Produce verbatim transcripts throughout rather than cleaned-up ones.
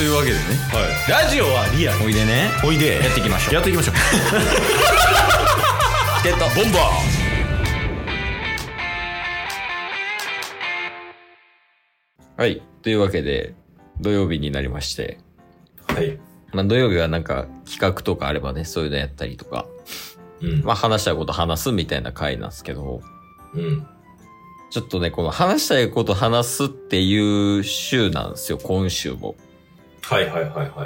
というわけでね、 はい、ラジオはリアル。 おいでね、 おいでやっていきましょう。 やっていきましょう。 チケットボンバー。はい、というわけで土曜日になりまして、 はい。 まあ土曜日はなんか企画とかあればね、そういうのやったりとか、 うん、 まあ話したいこと話すみたいな回なんですけど、 うん。 ちょっとね、この話したいこと話すっていう週なんですよ、今週も。 はいはいはいはい。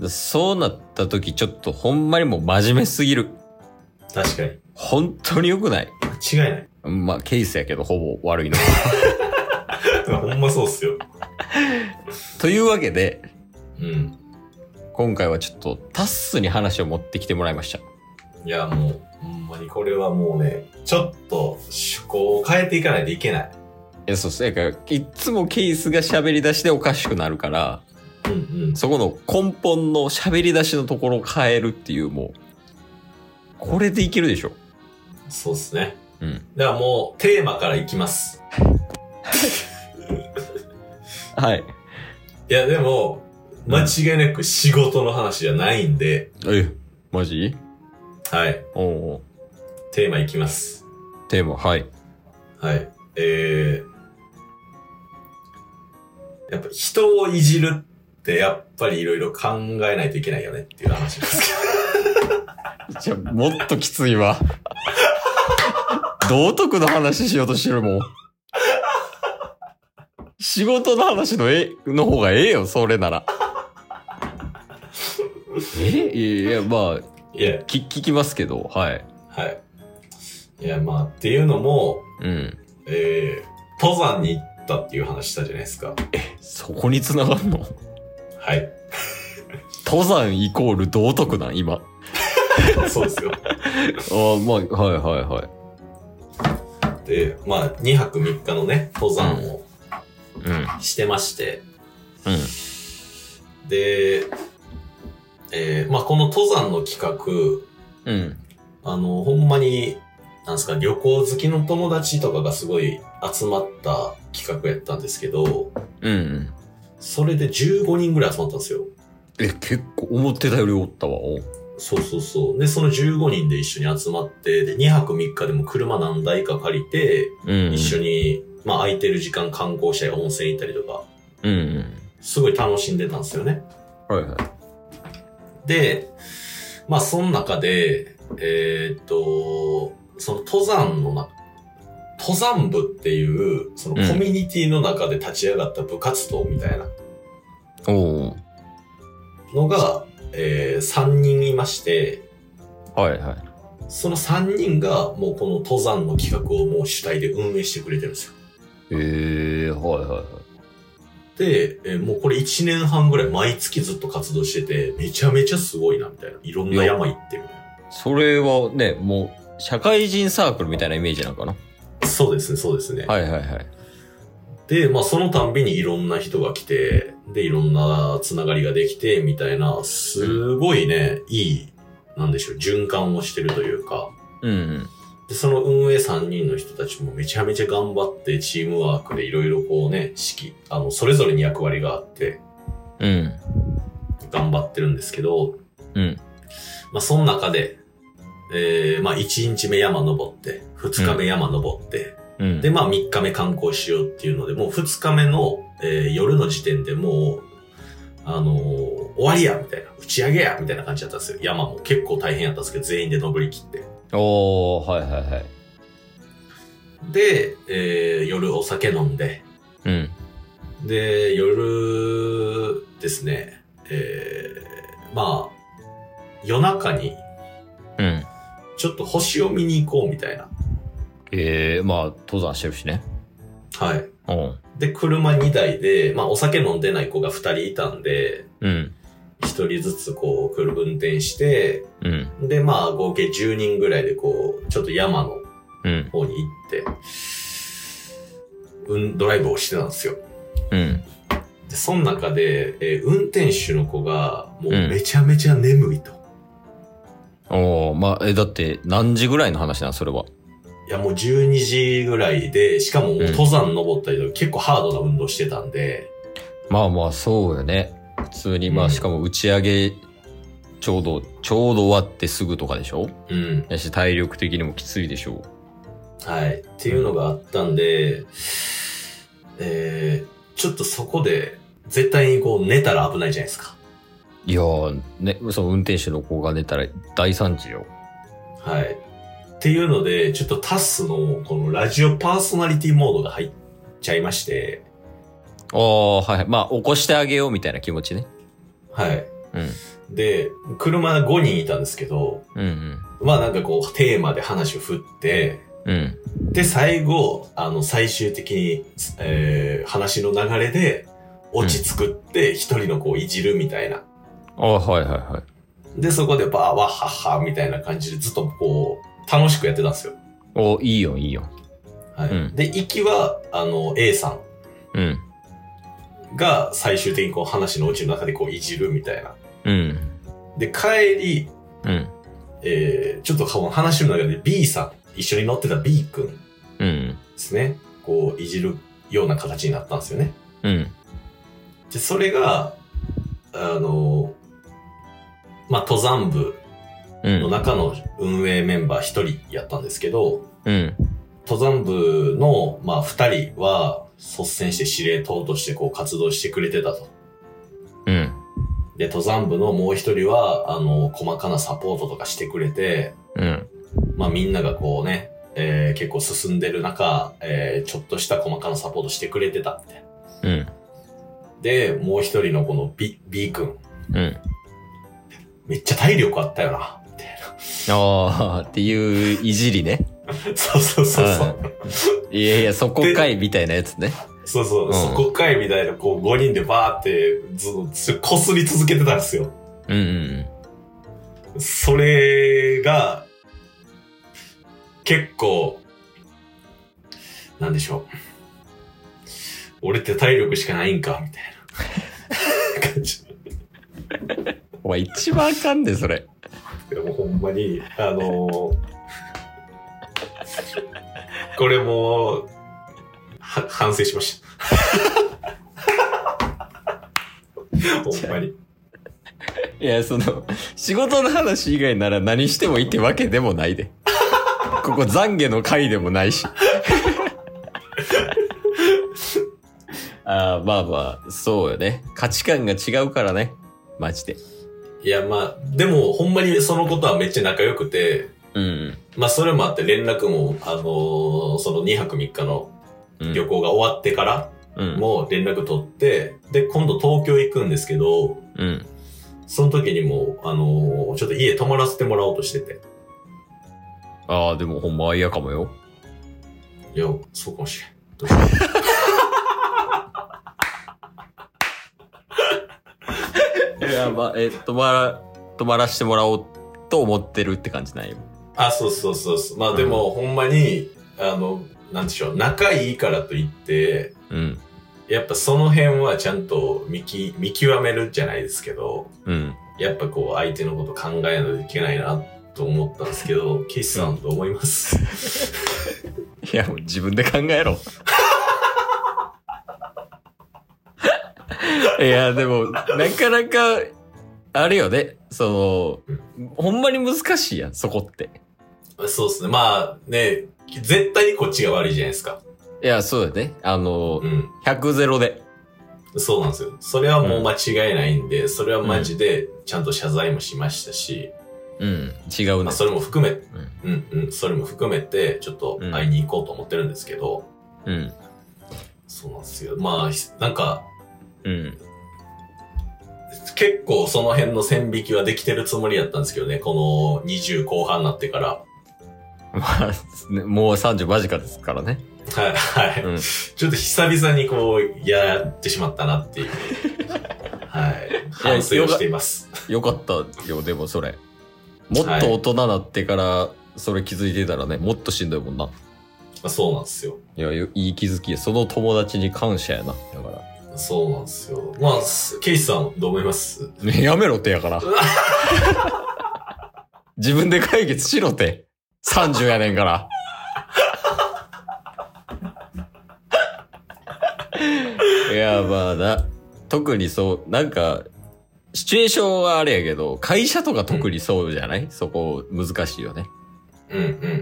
そうなった時、ちょっとほんまにもう真面目すぎる。 確かに。 本当に良くない。 間違いない。 まあ、ケースやけど、ほぼ悪いの。 ほんまそうっすよ。 というわけで、 うん。 今回はちょっとタッスに話を持ってきてもらいました。 いや、もう、ほんまにこれはもうね、ちょっと趣向を変えていかないといけない。 いや、そうっす。だから、いっつもケースが喋り出しでおかしくなるから、 うんうん、 そこの根本の喋り出しのところを変えるっていう、もう、これでいけるでしょ。 そうっすね。 うん。 だからもう、テーマからいきます。 はい。 いや、でも、間違いなく仕事の話じゃないんで。 え、マジ？ はい。 おうおう。 テーマいきます。 テーマ、はい。 はい。えー、やっぱ人をいじるってやっぱりいろいろ考えないといけないよねっていう話ですけど。じゃあ、もっときついわ。道徳の話しようとしてるもん。仕事の話のえ、の方がええよ、それなら。えいや、まあ、 いや、 聞、聞きますけど、はい。 はい。いや、まあ、っていうのも、 うん。 えー、登山に行ったっていう話したじゃないですか。 え、そこに繋がんの？ はい。 登山イコール道徳なん、今。 そうですよ。ああ、まあ、はいはいはい。 で、まあ、にはくみっかのね、登山を、 うん。 してまして、 うん。 で、えー、まあ、この登山の企画、 うん。 あの、ほんまに、なんすか、旅行好きの友達とかがすごい集まった企画やったんですけど、 うん、うん。 それでじゅうごにんぐらい集まったんですよ。 え、結構思ってたよりおったわ。おそうそうそう。で、そのじゅうごにんで一緒に集まって、で、にはくみっかでも車何台か借りて、うん、一緒に、まあ空いてる時間観光車や温泉行ったりとか、 うん、うん。 すごい楽しんでたんですよね。 はいはい。 で、まあその中で、えー、っと、その登山のな、登山部っていう、そのコミュニティの中で立ち上がった部活動みたいなのが、えー、さんにんいまして、 はいはい。 そのさんにんがもうこの登山の企画をもう主体で運営してくれてるんですよ。 へえー、はいはいはい。 で、えー、もうこれいちねんはんぐらい毎月ずっと活動してて、めちゃめちゃすごいなみたいな。いろんな山行ってみたいな。 それはね、もう社会人サークルみたいなイメージなのかな？ そうですね、そうですね。 はいはいはい。 で、まあそのたんびにいろんな人が来て、で、いろんなつながりができて、みたいな、すごいね、うん、いい、なんでしょう、循環をしてるというか、 うんうん。 で、その運営さんにんの人たちもめちゃめちゃ頑張って、チームワークでいろいろこうね、指揮、あの、それぞれに役割があって、 うん。 頑張ってるんですけど、 うん。 まあその中で、えー、まあいちにちめ山登って、ふつかめ山登って、うん、で、まあみっかめ観光しようっていうので、もうふつかめの、えー、夜の時点でもう、あのー、終わりやみたいな、打ち上げやみたいな感じだったんですよ。山も結構大変やったんですけど、全員で登り切って。 おー、はいはいはい。 で、えー、夜お酒飲んで、 うん。 で、夜ですね、えー、まあ、夜中に、 うん。 ちょっと星を見に行こうみたいな。 ええー、まあ、登山してるしね。 はい。 うん。 で、車にだいで、まあ、お酒飲んでない子がふたりいたんで、 うん。 ひとりずつこう、車運転して、 うん。 で、まあ、合計じゅうにんぐらいでこう、ちょっと山の方に行って、うん、うん、ドライブをしてたんですよ。 うん。 で、その中で、えー、運転手の子が、もうめちゃめちゃ眠いと。 うん、おー、まあ、え、だって、何時ぐらいの話なのそれは。 いや、もうじゅうにじぐらいで、しかも登山登ったりとか、うん、結構ハードな運動してたんで。 まあまあ、そうよね。 普通に、まあ、しかも打ち上げ、ちょうど、ちょうど終わってすぐとかでしょ？ うん。 やし、体力的にもきついでしょう。はい。っていうのがあったんで、えー、ちょっとそこで、絶対にこう寝たら危ないじゃないですか。 いやー、ね、その運転手の子が寝たら大惨事よ。 はい。っていうので、ちょっとタスのこのラジオパーソナリティモードが入っちゃいまして。 ああ、はい。まあ、起こしてあげようみたいな気持ちね。 はい。 うん。 で、車ごにんいたんですけど、 うんうん。 まあなんかこう、テーマで話を振って、 うん。 で、最後、あの、最終的に、えー、話の流れで、オチ作って、一人の子をいじるみたいな。 ああ、はいはいはい。 で、そこでバーワッハッハみたいな感じでずっとこう、楽しくやってたんですよ。 お、いいよいいよ。 はい。 うん、 で、行きは、あの、A さん。 うん。 が最終的にこう話のオチの中でこういじるみたいな。 うん。 で、帰り、 うん。 えー、ちょっとこの話の中で B さん、一緒に乗ってた B 君。 うん。 ですね。こう、いじるような形になったんですよね。 うん。 で、それが、あの、まあ、登山部の中の運営メンバー一人やったんですけど、 うん。 登山部の、まあ、二人は率先して司令塔としてこう活動してくれてたと。 うん。 で、登山部のもう一人は、あの、細かなサポートとかしてくれて、 うん。 まあ、みんながこうね、えー、結構進んでる中、えー、ちょっとした細かなサポートしてくれてたみたいな。 うん。 で、もう一人のこの B、B 君。 うん。 めっちゃ体力あったよな、みたいな。 ああ、っていういじりね。 そうそうそうそう、 うん。いやいや、そこかいみたいなやつね。 そうそう、うん、そこかいみたいな、こうごにんでバーってず、こすり続けてたんですよ。 うんうんうん。それが、結構、なんでしょう。俺って体力しかないんかみたいな感じ。 お前一番あかんで、それ。 でもほんまに、あのー、これも、は、反省しました。ほんまに。 いや、その、仕事の話以外なら何してもいいってわけでもないで。ここ懺悔の回でもないし。ああ、まあまあ、そうよね。価値観が違うからね。マジで。 いや、まあ、でも、ほんまにそのことはめっちゃ仲良くて、 うん。 まあ、それもあって連絡も、あのー、そのにはくみっかの旅行が終わってから、もう連絡取って、うん、で、今度東京行くんですけど、 うん。 その時にも、あのー、ちょっと家泊まらせてもらおうとしてて。 ああ、でもほんま嫌かもよ。 いや、そうかもしれん。どうしよう。いや、まあ、え、泊まら、泊まらしてもらおうと思ってるって感じないよ。 あ、そうそうそうそう。まあでも、うん、ほんまに、あの、なんでしょう、仲いいからといって、 うん。 やっぱその辺はちゃんと見き、見極めるじゃないですけど、 うん。 やっぱこう、相手のこと考えないといけないな、と思ったんですけど、ケイスさんどう思います？ いや、もう自分で考えろ。いや、でも、なかなか、あれよね、その、うん、ほんまに難しいやん、そこって。 そうですね。まあね、絶対にこっちが悪いじゃないですか。 いや、そうだね。あの、うん、ひゃくゼロで。 そうなんですよ。それはもう間違いないんで、うん、それはマジでちゃんと謝罪もしましたし、 うん、違うね。 まあ、それも含め、うん、うん、うん、それも含めて、ちょっと会いに行こうと思ってるんですけど、 うん。 そうなんですよ。まあ、なんか、 うん。 結構その辺の線引きはできてるつもりやったんですけどね、このにじゅう後半になってから。 まあ、もうさんじゅう間近ですからね。 はい、はい、うん。ちょっと久々にこう、やってしまったなっていう。はい。反省をしています。 よかったよ、でもそれ。もっと大人になってからそれ気づいてたらね、もっとしんどいもんな。 あ、そうなんですよ。 いや、いい気づき。その友達に感謝やな。だから。 そうなんですよ。まあ、ケイスさんどう思います？ ね、やめろってやから。自分で解決しろって。さんじゅうやねんから。いや、まあな。特にそう、なんか、 シチュエーションはあれやけど、会社とか特にそうじゃない、うん、そこ難しいよね。 うんうんうんうん。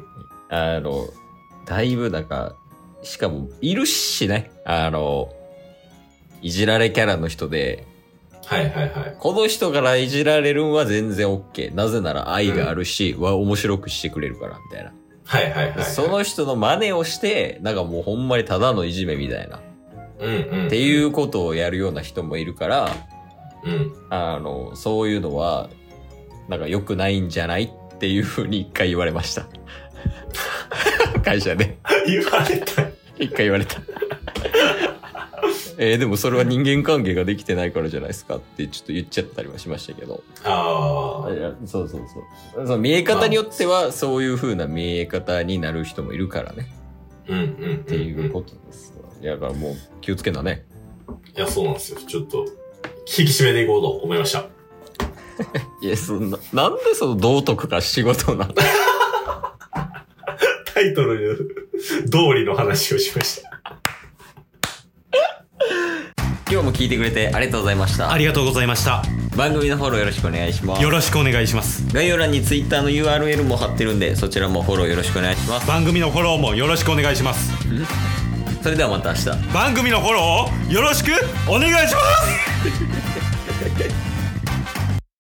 あの、だいぶなんか、しかもいるしね。あの、いじられキャラの人で、 はいはいはい。 この人からいじられるんは全然 OK。なぜなら愛があるし、うん、は面白くしてくれるから、みたいな。 はいはいはい、はい。 その人の真似をして、なんかもうほんまにただのいじめみたいな。 うんうん、うん。 っていうことをやるような人もいるから、 うん。 あの、そういうのは、なんか良くないんじゃないっていうふうに一回言われました。会社で。 言われた。 一回言われた。えー、でもそれは人間関係ができてないからじゃないですかってちょっと言っちゃったりはしましたけど。 ああ。 いや、そうそうそう。その見え方によってはそういう風な見え方になる人もいるからね。 うんうんうん、うん。っていうことです。いや、だからもう気をつけなね。 いや、そうなんですよ。ちょっと、引き締めていこうと思いました。 いや、そんな、なんでその道徳が仕事なのタイトル通りの話をしました。 今日も聞いてくれてありがとうございました。 ありがとうございました。 番組のフォローよろしくお願いします。 よろしくお願いします。 概要欄に Twitter の ユーアールエル も貼ってるんで、そちらもフォローよろしくお願いします。 番組のフォローもよろしくお願いします。 それではまた明日。 番組のフォローをよろしくお願いします。